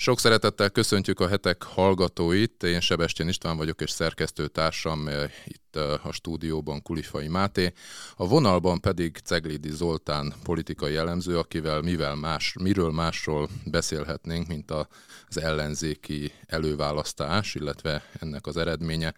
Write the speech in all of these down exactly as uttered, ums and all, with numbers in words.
Sok szeretettel köszöntjük a hetek hallgatóit. Én Sebestyén István vagyok, és szerkesztőtársam itt a stúdióban Kulifai Máté. A vonalban pedig Ceglidi Zoltán politikai elemző, akivel mivel más, miről másról beszélhetnénk, mint az ellenzéki előválasztás, illetve ennek az eredménye.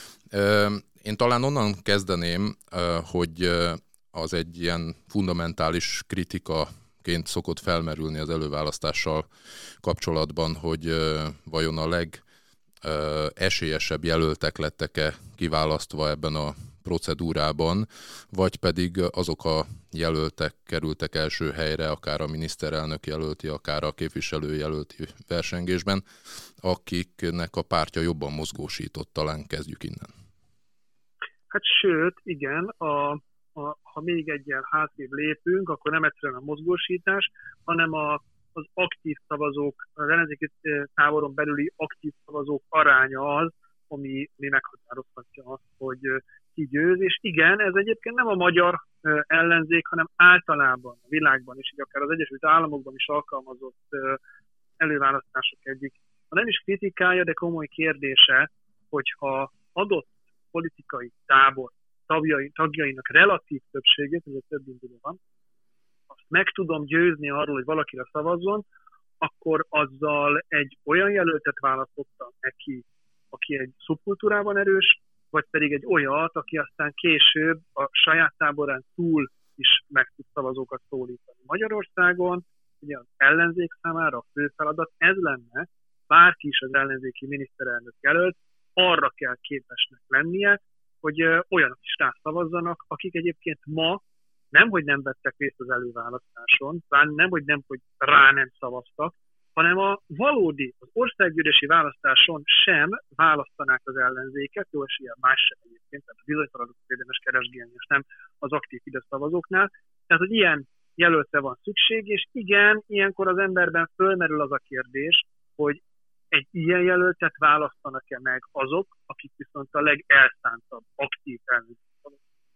Én talán onnan kezdeném, hogy az egy ilyen fundamentális kritika ként szokott felmerülni az előválasztással kapcsolatban, hogy uh, vajon a legesélyesebb uh, jelöltek lettek-e kiválasztva ebben a procedúrában, vagy pedig azok a jelöltek kerültek első helyre, akár a miniszterelnök jelölti, akár a képviselő jelölti versengésben, akiknek a pártja jobban mozgósított. Talán kezdjük innen. Hát sőt, igen, a A, ha még egyen hátrébb lépünk, akkor nem egyszerűen a mozgósítás, hanem a, az aktív szavazók, az ellenzéki táboron belüli aktív szavazók aránya az, ami, ami meghatározhatja azt, hogy ki győz. És igen, ez egyébként nem a magyar ellenzék, hanem általában a világban is, így akár az Egyesült Államokban is alkalmazott előválasztások egyik. Ha nem is kritikája, de komoly kérdése, hogyha adott politikai tábor Tagjai, tagjainak relatív többségét, ez több induló van, azt meg tudom győzni arról, hogy valakire szavazzon, akkor azzal egy olyan jelöltet választottam neki, aki egy szubkultúrában erős, vagy pedig egy olyat, aki aztán később a saját táborán túl is meg tud szavazókat szólítani. Magyarországon ugye az ellenzék számára a fő feladat ez lenne, bárki is az ellenzéki miniszterelnök jelölt, arra kell képesnek lennie, hogy olyanok is rászavazzanak, akik egyébként ma nemhogy nem vettek részt az előválasztáson, nemhogy nem, hogy rá nem szavaztak, hanem a valódi, az országgyűlési választáson sem választanák az ellenzéket, jó eséllyel más sem egyébként, tehát a bizonytalanokat érdemes keresgélni, és nem az aktív Fidesz szavazóknál. Tehát, hogy ilyen jelöltre van szükség, és igen, ilyenkor az emberben fölmerül az a kérdés, hogy egy ilyen jelöltet választanak-e meg azok, akik viszont a legelszántabb, aktív ellenzék.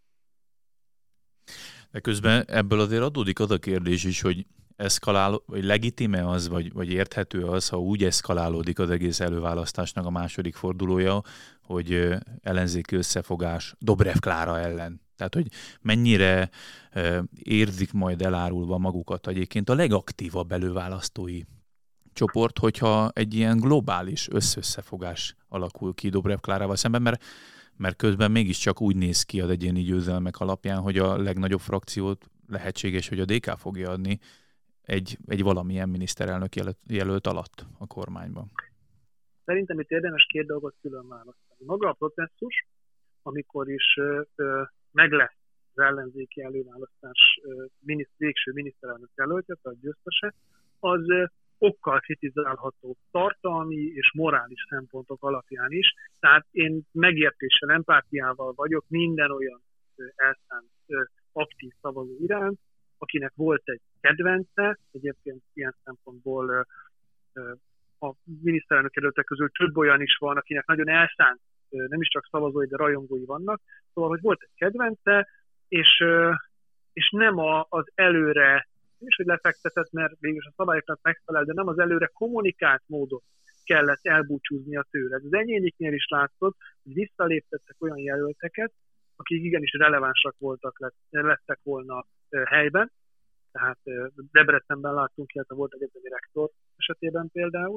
De közben ebből azért adódik az a kérdés is, hogy eszkalál, vagy legitime az, vagy, vagy érthető az, ha úgy eszkalálódik az egész előválasztásnak a második fordulója, hogy ellenzéki összefogás Dobrev Klára ellen. Tehát, hogy mennyire érzik majd elárulva magukat egyébként a legaktívabb előválasztói csoport, hogyha egy ilyen globális összösszefogás alakul ki Dobrev Klárával szemben, mert, mert közben mégiscsak úgy néz ki az egyéni győzelmek alapján, hogy a legnagyobb frakciót lehetséges, hogy a dé ká fogja adni egy, egy valamilyen miniszterelnök jelölt, jelölt alatt a kormányban. Szerintem itt érdemes két dolgot külön választani. Maga a processzus, amikor is ö, ö, meg lesz az ellenzéki előválasztás ö, miniszt, végső miniszterelnök jelöltje, tehát győztese, az ö, okkal kritizálható tartalmi és morális szempontok alapján is. Tehát én megértéssel, empátiával vagyok minden olyan elszánt aktív szavazó iránt, akinek volt egy kedvence, egyébként ilyen szempontból a miniszterelnök jelöltek közül több olyan is van, akinek nagyon elszánt, nem is csak szavazói, de rajongói vannak. Szóval, hogy volt egy kedvence, és, és nem a, az előre és hogy lefektetett, mert végülis a szabályoknak megfelel, de nem az előre kommunikált módon kellett elbúcsúznia tőle. Az enyéniknél is látszott, hogy visszaléptettek olyan jelölteket, akik igenis relevánsak voltak, lettek volna helyben. Tehát Debrecenben láttunk, illetve volt egyetemi rektor esetében például.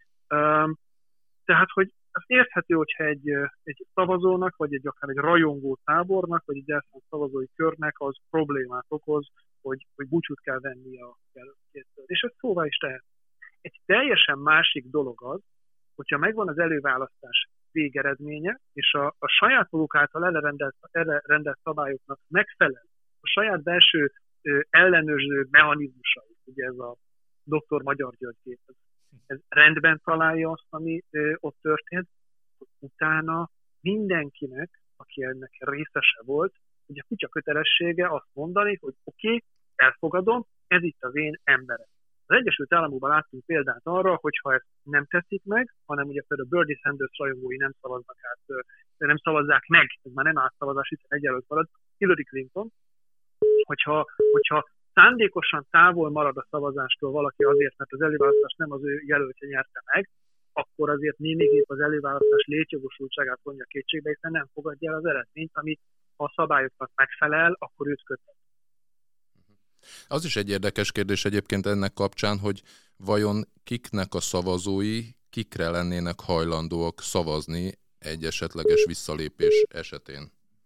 Tehát, hogy az érthető, hogyha egy, egy szavazónak, vagy egy akár egy rajongó tábornak, vagy egy elszánt szavazói körnek az problémát okoz, hogy, hogy búcsút kell venni a jelöltjétől. És ez szóvá is tehet. Egy teljesen másik dolog az, hogyha megvan az előválasztás végeredménye, és a, a saját maguk által elrendelt, elrendelt szabályoknak megfelel a saját belső ö, ellenőrző mechanizmusai, ugye ez a doktor Magyar György képez, ez rendben találja azt, ami ö, ott történt, hogy utána mindenkinek, aki ennek részese volt, ugye a kutya kötelessége azt mondani, hogy oké, okay, elfogadom, ez itt az én emberem. Az Egyesült Államokban láttunk példát arra, hogy ha ezt nem teszik meg, hanem ugye például Bernie Sanders rajongói nem szavaznak át, nem szavazzák meg, ez már nem átszavazás, hiszen egy jelölt marad, Hillary Clinton, hogyha, hogyha szándékosan távol marad a szavazástól valaki azért, mert az előválasztást nem az ő jelöltje nyerte meg, akkor azért némiképp az előválasztás létjogosultságát vonja kétségbe, hiszen nem fogadja el az eredményt, amit a szabályoknak megfelel, akkor őt kötött. Az is egy érdekes kérdés egyébként ennek kapcsán, hogy vajon kiknek a szavazói, kikre lennének hajlandóak szavazni egy esetleges visszalépés esetén?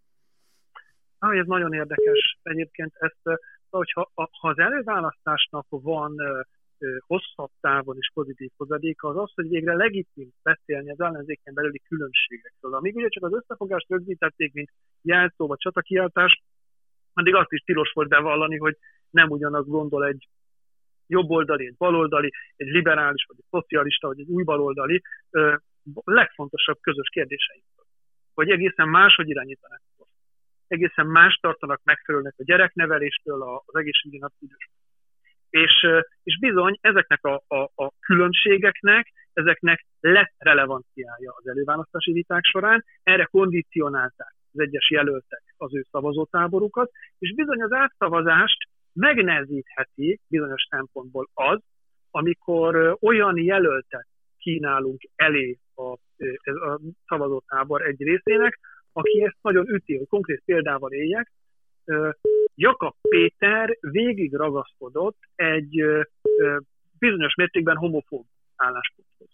Ah, ez nagyon érdekes. Egyébként ezt, hogyha ha az előválasztásnak van hosszabb távon is pozitív hozadéka, az az, hogy végre legitim beszélni az ellenzéken belüli különbségekről. Amíg ugye csak az összefogást rögzítették, mint jelszó vagy csatakiáltás, addig azt is tilos volt bevallani, hogy nem ugyanaz gondol egy jobboldali, egy baloldali, egy liberális, vagy egy szocialista, vagy egy új baloldali legfontosabb közös kérdéseinkről. Hogy egészen máshogy irányítanak. Egészen más tartanak megfelelőnek a gyerekneveléstől az egészségügyi napidős. És, és bizony ezeknek a, a, a különbségeknek, ezeknek lett relevanciája az előválasztási viták során, erre kondicionálták az egyes jelöltek az ő szavazótáborukat, és bizony az átszavazást megnehezítheti bizonyos szempontból az, amikor olyan jelöltet kínálunk elé a, a szavazótábor egy részének, aki ezt nagyon üti, hogy konkrét példával éljek. Jakab Péter végig ragaszkodott egy bizonyos mértékben homofób állásponthoz,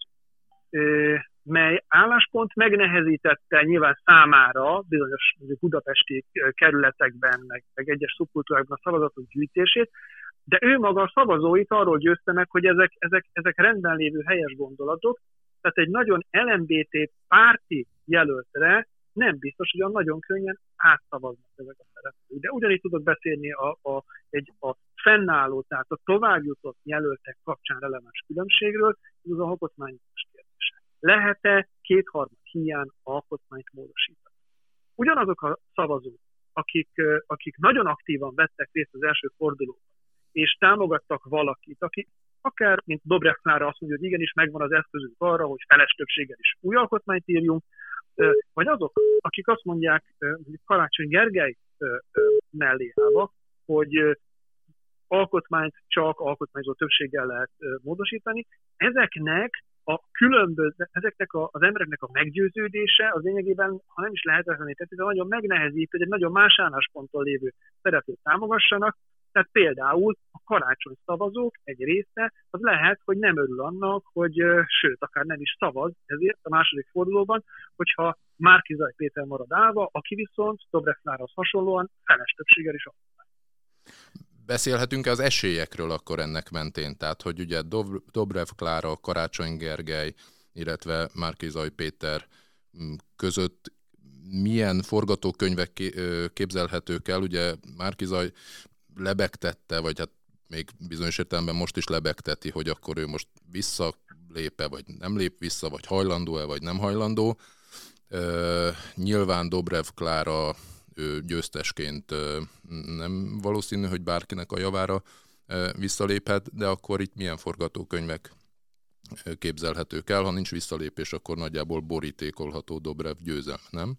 mely álláspont megnehezítette nyilván számára bizonyos budapesti kerületekben, meg, meg egyes szubkultúrákban a szavazatok gyűjtését, de ő maga a szavazóit arról győzte meg, hogy ezek, ezek, ezek rendben lévő helyes gondolatok, tehát egy nagyon el em bé té párti jelöltre nem biztos, hogy olyan nagyon könnyen átszavaznak ezek a szereplők. De ugyanígy tudok beszélni a, a, egy, a fennálló, tehát a továbbjutott jelöltek kapcsán releváns különbségről, ez az alkotmányos kérdése. Lehet-e kétharmad hiány alkotmányt módosítani? Ugyanazok a szavazók, akik, akik nagyon aktívan vettek részt az első fordulóban, és támogattak valakit, aki akár, mint Dobrev Klára azt mondja, hogy igenis megvan az eszközünk arra, hogy feles többséggel is új alkotmányt írjunk, vagy azok, akik azt mondják, hogy Karácsony Gergely mellé állva, hogy alkotmányt csak alkotmányozó többséggel lehet módosítani, ezeknek a különböző, ezeknek a, az embereknek a meggyőződése az lényegében, ha nem is lehetetlené teszi, de nagyon megnehezít, hogy egy nagyon más állásponton lévő szereplőt támogassanak. Tehát például a Karácsony szavazók egy része, az lehet, hogy nem örül annak, hogy sőt, akár nem is szavaz ezért a második fordulóban, hogyha Márki-Zay Péter marad állva, aki viszont Dobrev Klárához hasonlóan feles többséggel is alkotmány. Beszélhetünk az esélyekről akkor ennek mentén? Tehát, hogy ugye Dobrev Klára, Karácsony Gergely, illetve Márki-Zay Péter között milyen forgatókönyvek képzelhetők el? Ugye Márki-Zay lebegtette, vagy hát még bizonyos értelemben most is lebegteti, hogy akkor ő most visszalépe, vagy nem lép vissza, vagy hajlandó-e, vagy nem hajlandó. Uh, nyilván Dobrev Klára ő győztesként uh, nem valószínű, hogy bárkinek a javára uh, visszaléphet, de akkor itt milyen forgatókönyvek uh, képzelhetők el? Ha nincs visszalépés, akkor nagyjából borítékolható Dobrev győzelme, nem?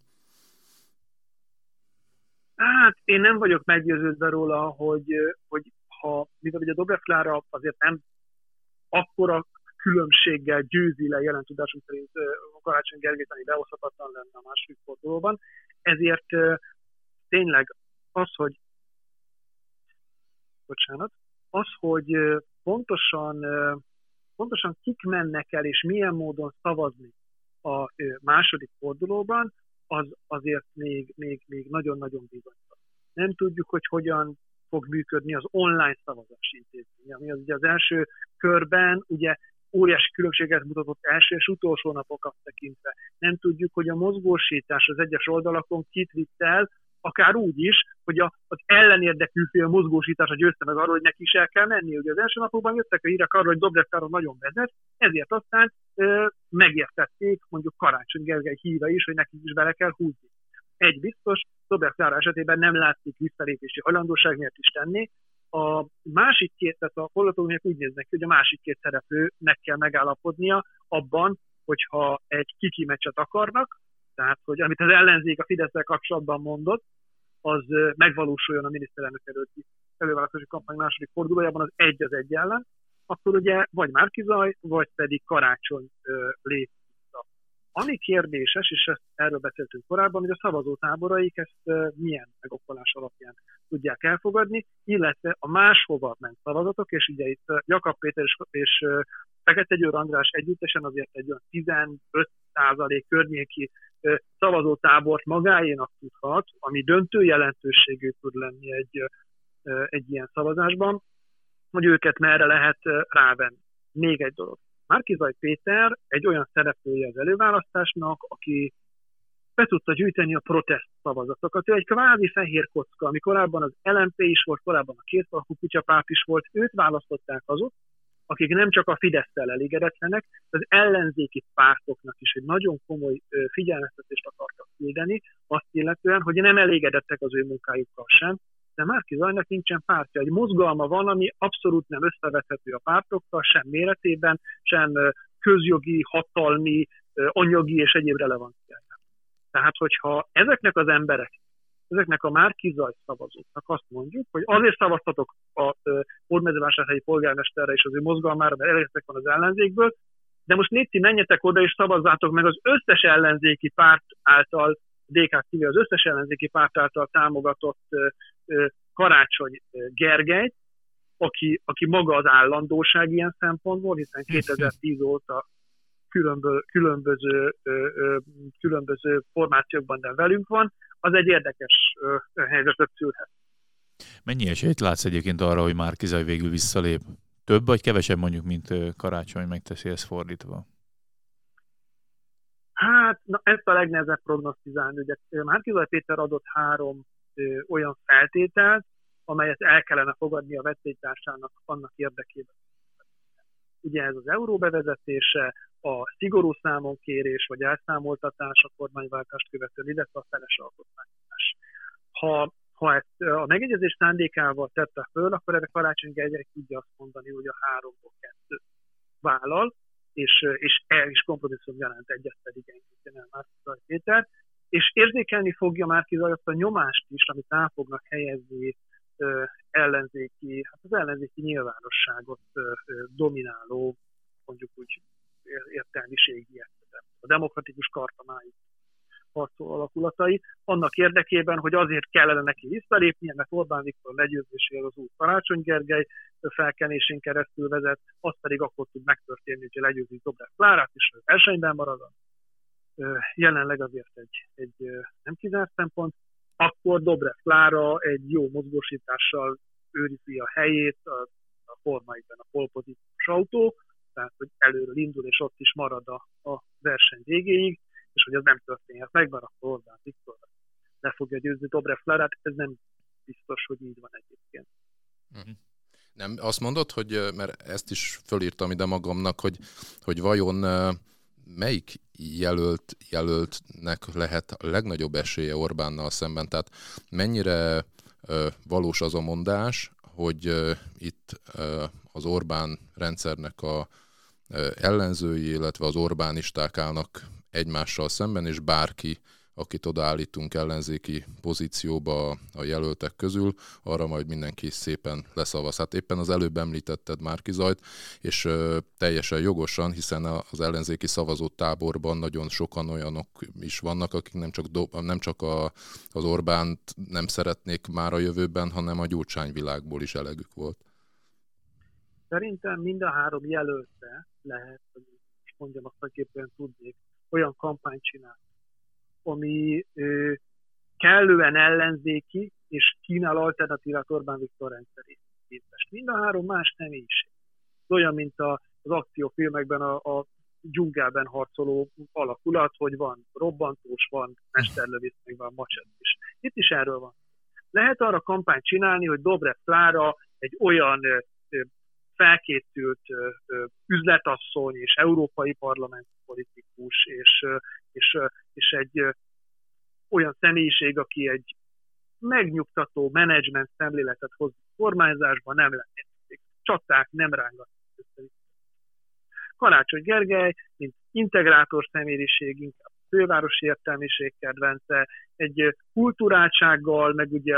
Hát én nem vagyok meggyőződve róla, hogy, hogy ha, mivel ugye Dobrev Klára azért nem akkora különbséggel győzi le jelen tudásunk szerint Karácsony Gergelyt, ami behozhatatlan lenne a második fordulóban, ezért tényleg az, hogy bocsánat, az, hogy pontosan, pontosan kik mennek el és milyen módon szavazni a második fordulóban, az azért még, még, még nagyon-nagyon bizonytalan. Nem tudjuk, hogy hogyan fog működni az online szavazási intézmény, ami az, ugye az első körben ugye óriási különbséget mutatott első és utolsó napokat tekintve. Nem tudjuk, hogy a mozgósítás az egyes oldalakon kit vitt el, akár úgy is, hogy a, az ellenérdekű fél mozgósítása győzte meg arról, hogy neki is el kell menni. Ugye az első napokban jöttek a hírek arról, hogy Dobrev Klára nagyon vezet, ezért aztán ö, megértették mondjuk Karácsony Gergely híve is, hogy neki is bele kell húzni. Egy biztos, Dobrev Klára esetében nem látszik visszalépési hajlandóság, miért is tenni. A másik két, tehát a forgatókönyvek úgy néznek ki, hogy a másik két szereplőnek kell megállapodnia abban, hogyha egy kiki meccset akarnak, tehát, hogy amit az ellenzék a Fidesz-szel kapcsolatban mondott, az megvalósuljon a miniszterelnök előtti előválasztási kampány második fordulójában az egy az egy ellen, akkor ugye vagy Márki-Zaj, vagy pedig Karácsony lép vissza. Ami kérdéses, és ezt erről beszéltünk korábban, hogy a szavazótáboraik ezt milyen megokolás alapján tudják elfogadni, illetve a máshova ment szavazatok, és ugye itt Jakab Péter és, és Fekete Győr András együttesen azért egy olyan tizenöt százalék környéki szavazótábort magáénak tudhat, ami döntő jelentőségű tud lenni egy, egy ilyen szavazásban, hogy őket merre lehet rávenni. Még egy dolog. Márki-Zaj Péter egy olyan szereplője az előválasztásnak, aki be tudta gyűjteni a protest szavazatokat. Ő egy kvázi fehér kocka, ami korábban az el em pé is volt, korábban a kétfalkú kutyapárt is volt, őt választották azok, akik nem csak a Fidesz-tel elégedetlenek, az ellenzéki pártoknak is egy nagyon komoly figyelmeztetést akartak küldeni, azt illetően, hogy nem elégedettek az ő munkájukkal sem, de Márki-Zajnak nincsen pártja. Egy mozgalma van, ami abszolút nem összevethető a pártokkal, sem méretében, sem közjogi, hatalmi, anyagi és egyéb relevanciájában. Tehát, hogyha ezeknek az emberek, ezeknek a Márki-Zaj szavazóknak azt mondjuk, hogy azért szavaztatok a Hódmezővásárhelyi polgármesterre és az ő mozgalmára, mert elégedettek van az ellenzékből, de most légy ti, menjetek oda és szavazzátok meg az összes ellenzéki párt által, dé ká kívül az összes ellenzéki párt által támogatott Karácsony Gergelyt, aki, aki maga az állandóság ilyen szempontból, hiszen kétezer-tíz óta különböző, különböző, különböző formációkban, de velünk van, az egy érdekes helyzetet szülhet. Mennyi esélyt látsz egyébként arra, hogy Márki-Zaj végül visszalép? Több vagy kevesebb mondjuk, mint Karácsony megteszi ezt fordítva? Hát, na, ezt a legnehezebb prognosztizálni. Ugye Márki-Zaj Péter adott három ö, olyan feltételt, amelyet el kellene fogadni a vetélytársának annak érdekében. Ugye ez az euró bevezetése, a szigorú számonkérés vagy elszámoltatás a kormányváltást követően, illetve a feles alkotmányozás. Ha, ha ezt a megegyezés szándékával tette föl, akkor erre Karácsony Gergely tudja azt mondani, hogy a háromból kettőt vállal, és, és el is kompromisszum jelent egyet pedig engedjen el Márki-Zaj Péter, és érzékelni fogja Márki-Zaj azt a nyomást is, amit el fognak helyezni ö, ellenzéki, hát az ellenzéki nyilvánosságot ö, ö, domináló, mondjuk úgy értelmiségi, a demokratikus kartamájuk harcol alakulatai, annak érdekében, hogy azért kellene neki visszalépnie, mert Orbán Viktor legyőzéséhez az új Karácsony Gergely felkenésén keresztül vezet, az pedig akkor tud megtörténni, hogy legyőzi Dobrev Klárát, és az versenyben marad. Jelenleg azért egy, egy nem kizárt szempont. Akkor Dobrev Klára egy jó mozgósítással őrizi a helyét a, a formáiban a polpozíciós autó, tehát hogy előről indul, és ott is marad a, a verseny végéig, és hogy ez nem történhet meg, mert akkor Orbán Viktor le fogja győzni Dobrev Klárát, ez nem biztos, hogy így van egyébként. Uh-huh. Nem, azt mondod, hogy, mert ezt is fölírtam ide magamnak, hogy, hogy vajon melyik jelölt, jelöltnek lehet a legnagyobb esélye Orbánnal szemben? Tehát mennyire valós az a mondás, hogy itt az Orbán rendszernek a ellenzői, illetve az orbánisták állnak egymással szemben, és bárki, akit odaállítunk ellenzéki pozícióba a jelöltek közül, arra majd mindenki szépen leszavaz. Hát éppen az előbb említetted Márki-Zajt, és ö, teljesen jogosan, hiszen az ellenzéki szavazótáborban nagyon sokan olyanok is vannak, akik nem csak, do, nem csak a, az Orbánt nem szeretnék már a jövőben, hanem a Gyurcsány világból is elegük volt. Szerintem mind a három jelölte lehet, hogy most mondjam azt, hogy éppen tudnék, olyan kampányt csinál, ami ö, kellően ellenzéki, és kínál alternatívát Orbán Viktor rendszeréhez képest. Mind a három más személyiség. Olyan, mint a, az akciófilmekben a, a dzsungelben harcoló alakulat, hogy van robbantós, van mesterlövész, meg van macset is. Itt is erről van. Lehet arra kampányt csinálni, hogy Dobrev Klára egy olyan ö, ö, felkészült ö, ö, üzletasszony és európai parlamenti politikus, és, és, és egy ö, olyan személyiség, aki egy megnyugtató menedzsment szemléletet hoz kormányzásban, nem lennének csaták, nem rángatnak össze. Karácsony Gergely, mint integrátor személyiség, inkább fővárosi értelmiség kedvence, egy kulturáltsággal, meg ugye a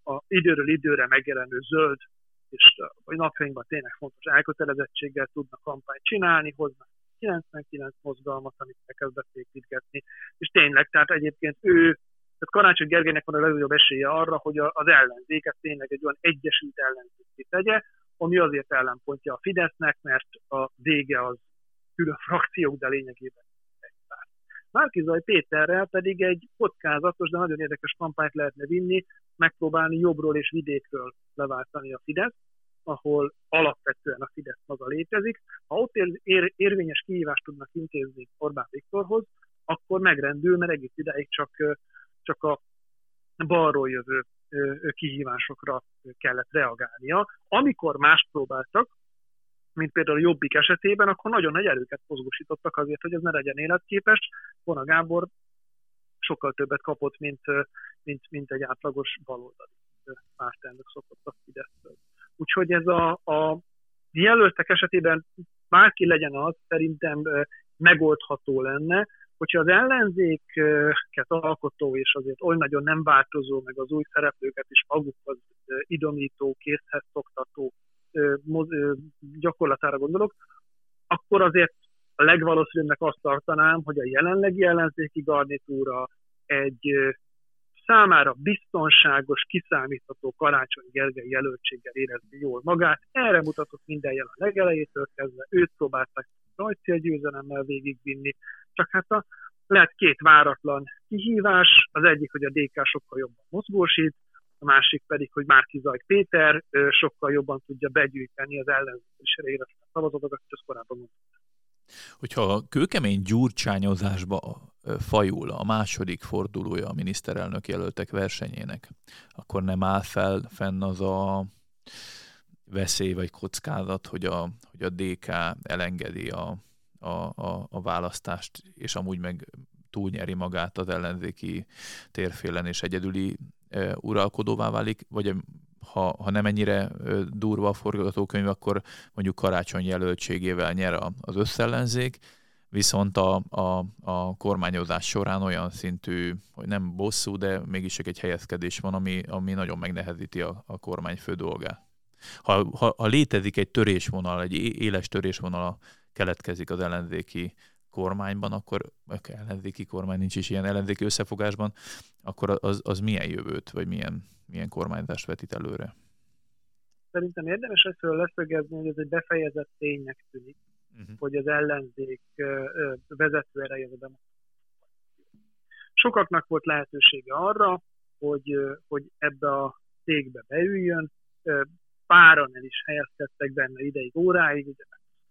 a időről időre megjelenő zöld, és a napjainkban tényleg fontos elkötelezettséggel tudnak kampányt csinálni, hoznak kilencvenkilenc mozgalmat, amit elkezdett építgetni. És tényleg, tehát egyébként ő, tehát Karácsony Gergelynek van a legnagyobb esélye arra, hogy az ellenzéket tényleg egy olyan egyesült ellenzékét tegye, ami azért ellenpontja a Fidesznek, mert a vége az külön frakciók, de lényegében egy pár. Márki-Zay Péterrel pedig egy kockázatos, de nagyon érdekes kampányt lehetne vinni, megpróbálni jobbról és vidékről leváltani a Fidesz, ahol alapvetően a Fidesz maga létezik. Ha ott ér, ér, érvényes kihívást tudnak intézni Orbán Viktorhoz, akkor megrendül, mert egész ideig csak, csak a balról jövő kihívásokra kellett reagálnia. Amikor mást próbáltak, mint például a Jobbik esetében, akkor nagyon nagy erőket mozgósítottak azért, hogy ez ne legyen életképes. Vona Gábor sokkal többet kapott, mint, mint, mint egy átlagos baloldali pártelnök szokott a Fidesztől. Úgyhogy ez a, a jelöltek esetében bárki legyen az, szerintem megoldható lenne, hogyha az ellenzéket alkotó és azért oly nagyon nem változó, meg az új szereplőket is magukhoz idomító, készhez szoktató gyakorlatára gondolok, akkor azért a legvalószínűbbnek azt tartanám, hogy a jelenlegi ellenzéki garnitúra egy számára biztonságos, kiszámítható Karácsony Gergely jelöltséggel érezni jól magát. Erre mutatott minden jel a legelejétől kezdve, őt próbálták nagy célgyőzelemmel végigvinni, csak hát a, lett két váratlan kihívás, az egyik, hogy a dé ká sokkal jobban mozgósít, a másik pedig, hogy Márki-Zay Péter sokkal jobban tudja begyűjteni az ellenzésre érezni a szavazatokat, és ezt korábban mondtam. Hogyha a kőkemény gyurcsányozásba fajul a második fordulója a miniszterelnök jelöltek versenyének, akkor nem áll fel fenn az a veszély vagy kockázat, hogy a, hogy a dé ká elengedi a, a, a, a választást, és amúgy meg túlnyeri magát az ellenzéki térfélen, és egyedüli e, uralkodóvá válik, vagy ha, ha nem ennyire durva a forgatókönyv, akkor mondjuk Karácsony jelöltségével nyer az összellenzék, viszont a, a, a kormányozás során olyan szintű, hogy nem bosszú, de mégis csak egy helyezkedés van, ami, ami nagyon megnehezíti a, a kormány fő dolgát. Ha, ha, ha létezik egy törésvonal, egy éles törésvonal keletkezik az ellenzéki kormányban, akkor ellenzéki kormány nincs is ilyen ellenzéki összefogásban, akkor az, az milyen jövőt, vagy milyen, milyen kormányzást vetít előre? Szerintem érdemes ezt leszögezni, hogy ez egy befejezett ténynek tűnik, uh-huh. hogy az ellenzék vezető ereje a demokrácia. Sokaknak volt lehetősége arra, hogy, hogy ebbe a cégbe beüljön, páran el is helyezkedtek benne ideig, óráig, ugye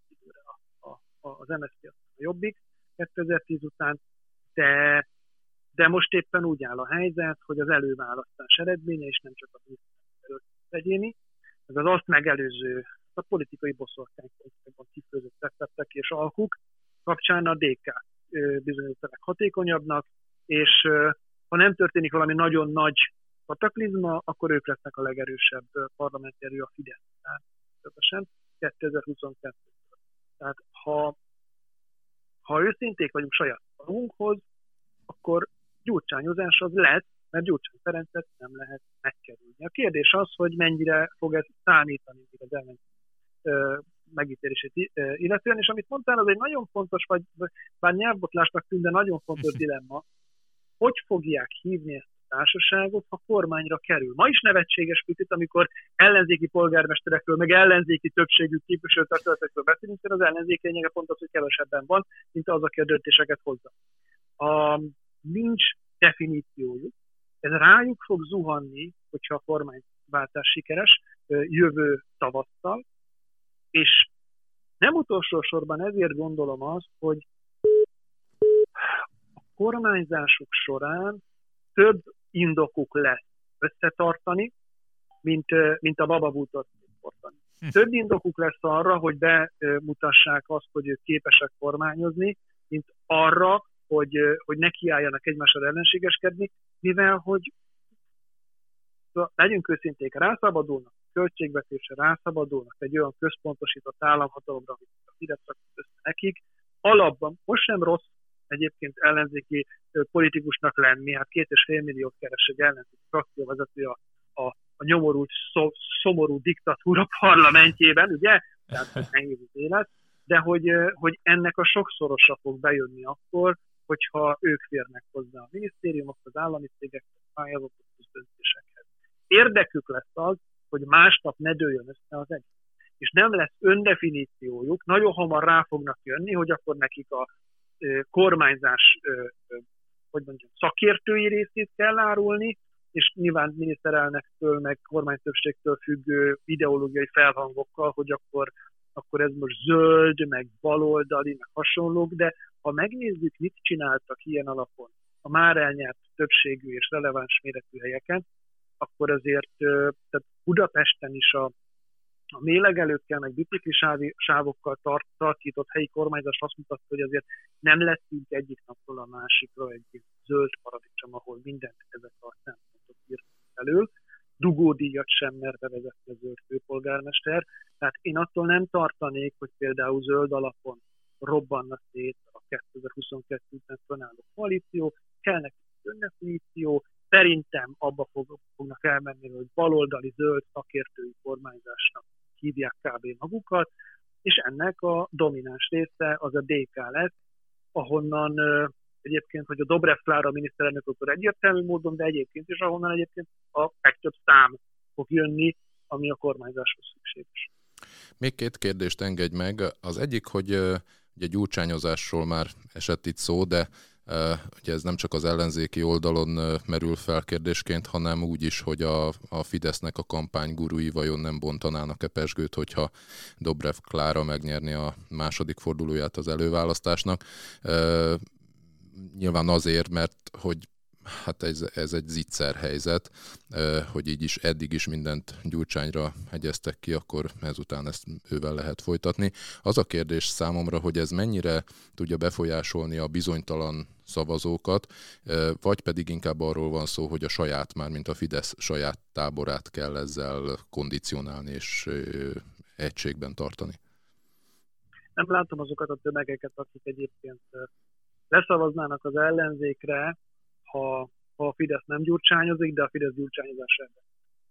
a, a, az em es zé a Jobbik kétezer-tíz után, de, de most éppen úgy áll a helyzet, hogy az előválasztás eredménye, és nem csak a miniszterelnök egyéni, ez az azt megelőző, a politikai boszorkányokban kifőzött receptek és alkuk kapcsán a dé ká bizonyult a leghatékonyabbnak, és ha nem történik valami nagyon nagy kataklizma, akkor ők lesznek a legerősebb parlamenti erő a Fidesz. Tehát kétezer-huszonkettőtől. Tehát ha, ha őszinték vagyunk saját magunkhoz, akkor gyurcsányozás az lesz, mert Gyurcsány Ferencet nem lehet megkerülni. A kérdés az, hogy mennyire fog ez számítani az ellenzék megítélését illetően, és amit mondtál, az egy nagyon fontos, vagy bár nyelvbotlásnak tűnt, de nagyon fontos dilemma, hogy fogják hívni ezt a társaságot, ha kormányra kerül. Ma is nevetséges picit, amikor ellenzéki polgármesterekről, meg ellenzéki többségű képviselőtestületekről beszélünk, az ellenzék lényege pont az, hogy kevesebben van, mint az, aki a döntéseket hozza. A, nincs definíciójuk, ez rájuk fog zuhanni, hogyha a kormányváltás sikeres, jövő tavasszal, és nem utolsó sorban ezért gondolom azt, hogy a kormányzások során több indokuk lesz összetartani, mint, mint a bababútot tartani. Több indokuk lesz arra, hogy bemutassák azt, hogy ők képesek kormányozni, mint arra, hogy, hogy nekiálljanak egymással ellenségeskedni, mivel hogy legyünk őszinték, rászabadulnak a költségvetésre, rászabadulnak egy olyan központosított államhatalomra, amit a Fidesz rakott össze nekik. Alapban most sem rossz egyébként ellenzéki politikusnak lenni, hát két és fél milliót keres egy ellenzéki frakcióvezető a, a a nyomorult, szomorú diktatúra parlamentjében, ugye? Tehát nehéz az élet, de hogy, hogy ennek a sokszorosa fog bejönni akkor, hogyha ők férnek hozzá a minisztériumok, az állami cégekhez, pályázatokhoz, döntésekhez. Érdekük lesz az, hogy másnap ne dőljön össze az egész. És nem lesz öndefiníciójuk, nagyon hamar rá fognak jönni, hogy akkor nekik a ö, kormányzás ö, ö, hogy mondjam, szakértői részét kell árulni, és nyilván miniszterelnöktől, meg kormánytöbbségtől függő ideológiai felhangokkal, hogy akkor, akkor ez most zöld, meg baloldali, meg hasonlók, de ha megnézzük, mit csináltak ilyen alapon a már elnyert többségű és releváns méretű helyeken, akkor azért tehát Budapesten is a, a mélegelőkkel, meg biciklisávokkal tart, tartított helyi kormányzás azt mutatta, hogy azért nem leszünk egyik napról a másikra egy zöld paradicsom, ahol mindent ezek a szempontok írtak elől. Dugódíjat sem mer bevezetni a zöld főpolgármester. Tehát én attól nem tartanék, hogy például zöld alapon robbanna szét a kétezer-huszonkettő után fönálló koalíció, kell neki öndefiníció, szerintem abba fog, fognak elmenni, hogy baloldali zöld szakértői kormányzásnak hívják kb. Magukat, és ennek a domináns része az a dé ká lesz, ahonnan egyébként, hogy a Dobrev Klára miniszterelnök akkor egyértelmű módon, de egyébként is ahonnan egyébként a legtöbb szám fog jönni, ami a kormányzáshoz szükséges. Még két kérdést engedj meg. Az egyik, hogy ugye gyurcsányozásról már esett itt szó, de ugye ez nem csak az ellenzéki oldalon merül fel kérdésként, hanem úgy is, hogy a, a Fidesznek a kampánygurui vajon nem bontanának-e pezsgőt, hogyha Dobrev Klára megnyerni a második fordulóját az előválasztásnak. Nyilván azért, mert hogy hát ez, ez egy zicser helyzet, hogy így is eddig is mindent Gyurcsányra hegyeztek ki, akkor ezután ezt ővel lehet folytatni. Az a kérdés számomra, hogy ez mennyire tudja befolyásolni a bizonytalan szavazókat, vagy pedig inkább arról van szó, hogy a saját, már mint a Fidesz saját táborát kell ezzel kondicionálni és egységben tartani. Nem látom azokat a tömegeket, akik egyébként leszavaznának az ellenzékre, ha, ha a Fidesz nem gyurcsányozik, de a Fidesz gyurcsányozás ebben.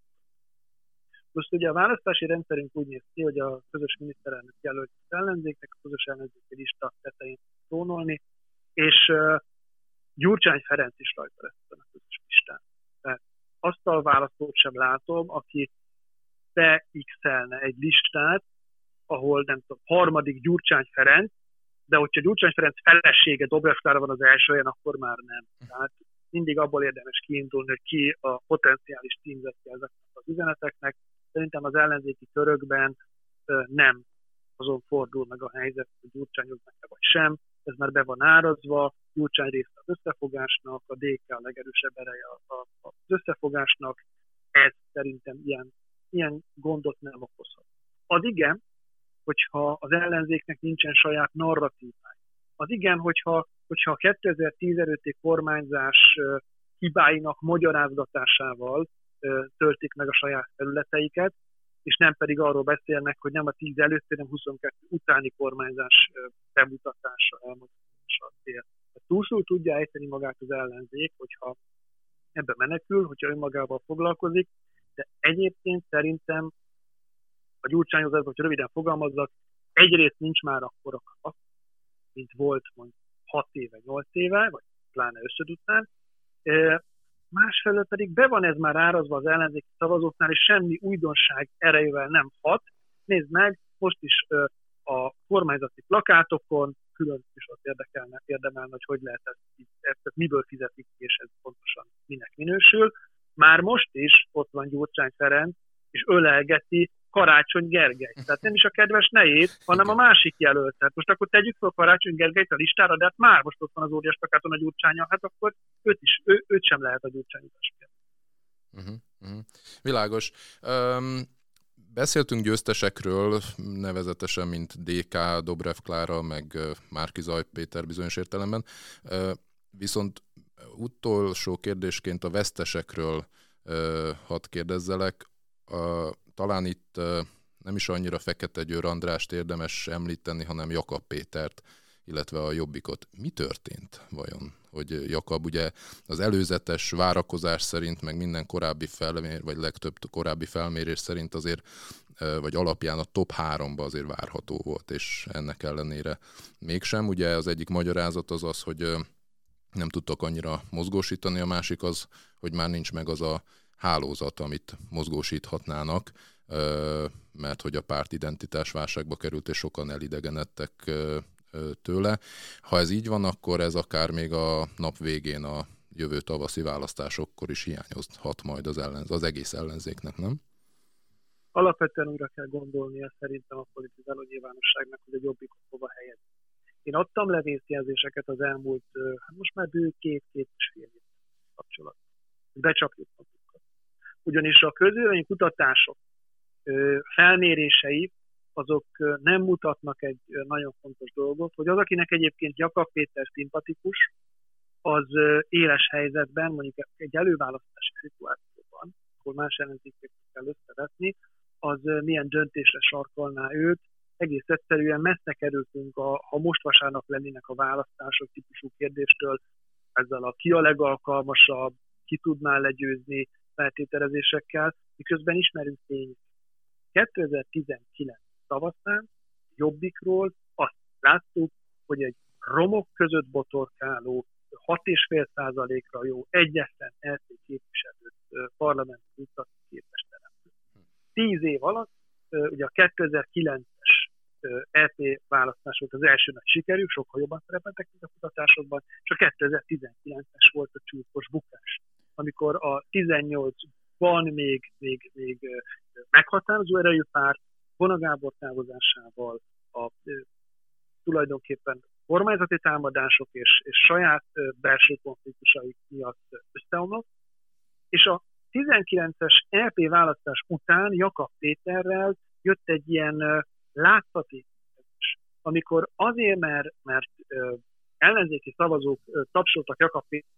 Most ugye a választási rendszerünk úgy néz ki, hogy a közös miniszterelnök jelölt az ellenzéknek, a közös ellenzéki lista tetején trónolni, és uh, Gyurcsány Ferenc is rajta lesz a közös listán. Tehát azt a választót sem látom, aki beixelne egy listát, ahol nem tudom, harmadik Gyurcsány Ferenc, de hogyha Gyurcsány Ferenc felesége Dobrev Klára van az első helyen, akkor már nem. Tehát mindig abból érdemes kiindulni, hogy ki a potenciális címzetje ezeknek az üzeneteknek. Szerintem az ellenzéki körökben nem azon fordul meg a helyzet, hogy gyurcsányoznak-e vagy sem. Ez már be van árazva, Gyurcsány része az összefogásnak, a dé ká legerősebb ereje az összefogásnak. Ez szerintem ilyen, ilyen gondot nem okozhat. Az igen, hogyha az ellenzéknek nincsen saját narratívája. Az igen, hogyha, hogyha a kétezer-tíz előtti kormányzás hibáinak magyarázgatásával töltik meg a saját területeiket, és nem pedig arról beszélnek, hogy nem a tíz előtti, hanem huszonkettő utáni kormányzás bemutatása, elmondása a cél. Túlszul tudja ejteni magát az ellenzék, hogyha ebbe menekül, hogyha önmagával foglalkozik, de egyébként szerintem a gyurcsányozás, hogyha röviden fogalmazzak, egyrészt nincs már akkora kapak, mint volt mondjuk hat éve, nyolc éve, vagy pláne összöd után. Másfelől pedig be van ez már árazva az ellenzéki szavazóknál, és semmi újdonság erejével nem hat. Nézd meg, most is a kormányzati plakátokon külön is ott érdekelne, érdemelne, hogy hogy lehet ezt, ezt miből fizetik ki, és ez pontosan minek minősül. Már most is ott van Gyurcsány Ferenc, és ölelgeti Karácsony Gergely. Tehát nem is a kedves nejét, hanem a másik jelöltet. Most akkor tegyük fel Karácsony Gergelyt a listára, de hát már most ott van az óriás plakáton a Gyurcsánya, hát akkor őt is, ő, őt sem lehet a gyurcsányozás miatt. Uh-huh, uh-huh. Világos. Um, beszéltünk győztesekről, nevezetesen, mint dé ká, Dobrev Klára, meg Márki-Zay Péter bizonyos értelemben. Uh, viszont utolsó kérdésként a vesztesekről uh, hadd kérdezzelek. Uh, talán itt uh, nem is annyira Fekete Győr Andrást érdemes említeni, hanem Jakab Pétert, illetve a Jobbikot. Mi történt vajon? Hogy Jakab ugye az előzetes várakozás szerint, meg minden korábbi felmér, vagy legtöbb korábbi felmérés szerint azért, vagy alapján a top háromba azért várható volt, és ennek ellenére mégsem. Ugye az egyik magyarázat az az, hogy nem tudtak annyira mozgósítani, a másik az, hogy már nincs meg az a hálózat, amit mozgósíthatnának, mert hogy a párt identitás válságba került, és sokan elidegenedtek tőle. Ha ez így van, akkor ez akár még a nap végén a jövő tavaszi választásokkor is hiányozhat majd az, ellenz- az egész ellenzéknek, nem? Alapvetően újra kell gondolnia szerintem a politizáló nyilvánosságnak, hogy a Jobbikot hova helyezni. Én adtam levéljelzéseket az elmúlt, hát most már bő két-két és fél év kapcsolatban. Becsapjuk magunkat. Ugyanis a közvélemény kutatások felmérései, azok nem mutatnak egy nagyon fontos dolgot, hogy az, akinek egyébként Jakab Péter szimpatikus, az éles helyzetben, mondjuk egy előválasztási szituációban, ahol más ellenzékeket kell összevetni, az milyen döntésre sarkolná őt. Egész egyszerűen messze kerültünk, a, ha most vasárnap lennének a választások típusú kérdéstől, ezzel a ki a legalkalmasabb, ki tudná legyőzni feltételezésekkel, miközben ismerünk tényleg. kétezer-tizenkilenc tavaszán Jobbikról azt láttuk, hogy egy romok között botorkáló, hat egész öt százalékra jó, egyetlen é pé képviselőt parlamenti juttatni képes teremtő. Tíz év alatt, ugye a kétezer-kilences é pé választás volt az első nagy sikerük, sokkal jobban szerepeltek, mint a kutatásokban, és a kétezer-tizenkilences volt a csúfos bukás, amikor a tizennyolcban még, még, még meghatározó erejű párt Vona Gábor távozásával, a tulajdonképpen kormányzati támadások és, és saját belső konfliktusaik miatt összeomlott, és a tizenkilences é pé választás után Jakab Péterrel jött egy ilyen látszati, amikor azért, mert, mert ellenzéki szavazók tapsoltak Jakab Péter,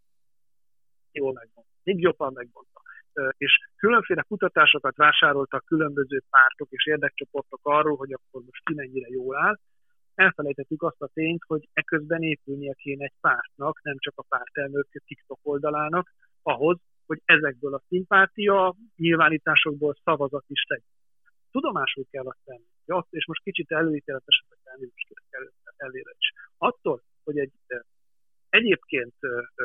jól megmondta, még jobban megmondta, és különféle kutatásokat vásároltak különböző pártok és érdekcsoportok arról, hogy akkor most ki mennyire jól áll. Elfelejtettük azt a tényt, hogy eközben épülnie kéne egy pártnak, nem csak a pártelnök TikTok oldalának, ahhoz, hogy ezekből a szimpátia nyilvánításokból szavazat is tegyen. Tudomásul kell azt tenni, hogy azt, és most kicsit előítéletesen elnézést kérek előre is. Attól, hogy egy egyébként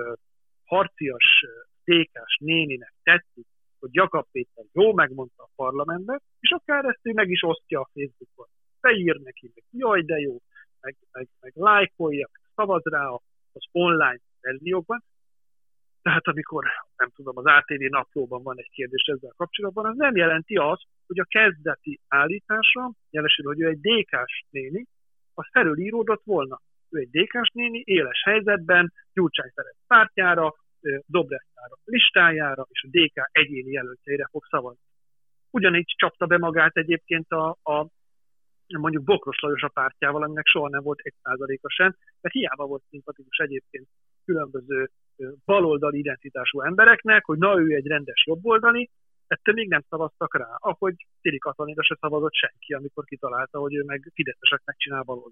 harcias, tékás néninek tetszik, hogy Jakab Péter jól megmondta a parlamentben, és akár ezt ő meg is osztja a Facebookon. Beír neki, meg jaj, de jó, meg, meg, meg lájkolja, meg szavaz rá az online verziókban. Tehát amikor, nem tudom, az á té vé naplóban van egy kérdés ezzel kapcsolatban, az nem jelenti azt, hogy a kezdeti állítása, jelesül, hogy ő egy dé ká-s néni, az felülíródott volna. Ő egy dé ká-s néni, éles helyzetben, Gyurcsány Ferenc pártjára, Dobrev Klára listájára és a dé ká egyéni jelöltjeire fog szavazni. Ugyanígy csapta be magát egyébként a, a mondjuk Bokros Lajos a pártjával, aminek soha nem volt egy százaléka sem, mert hiába volt szimpatikus egyébként különböző baloldali identitású embereknek, hogy na ő egy rendes jobboldali, ettől még nem szavaztak rá, ahogy Tiri Katalina se szavazott senki, amikor kitalálta, hogy ő meg fideszeseknek csinál baloldali.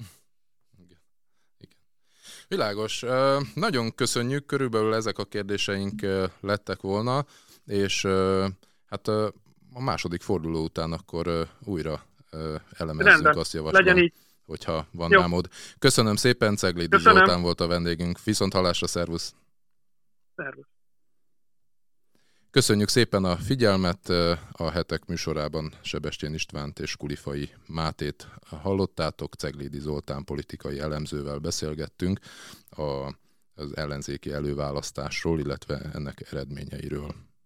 Világos. Nagyon köszönjük, körülbelül ezek a kérdéseink lettek volna, és hát a második forduló után akkor újra elemezzünk, rendben. Azt javaslom, hogyha van rá mód. Köszönöm szépen, Ceglédi Zoltán volt a vendégünk. Viszont hallásra, szervusz! Szervusz! Köszönjük szépen a figyelmet, a hetek műsorában Sebestyén Istvánt és Kulifai Mátét hallottátok, Ceglédi Zoltán politikai elemzővel beszélgettünk a, az ellenzéki előválasztásról, illetve ennek eredményeiről.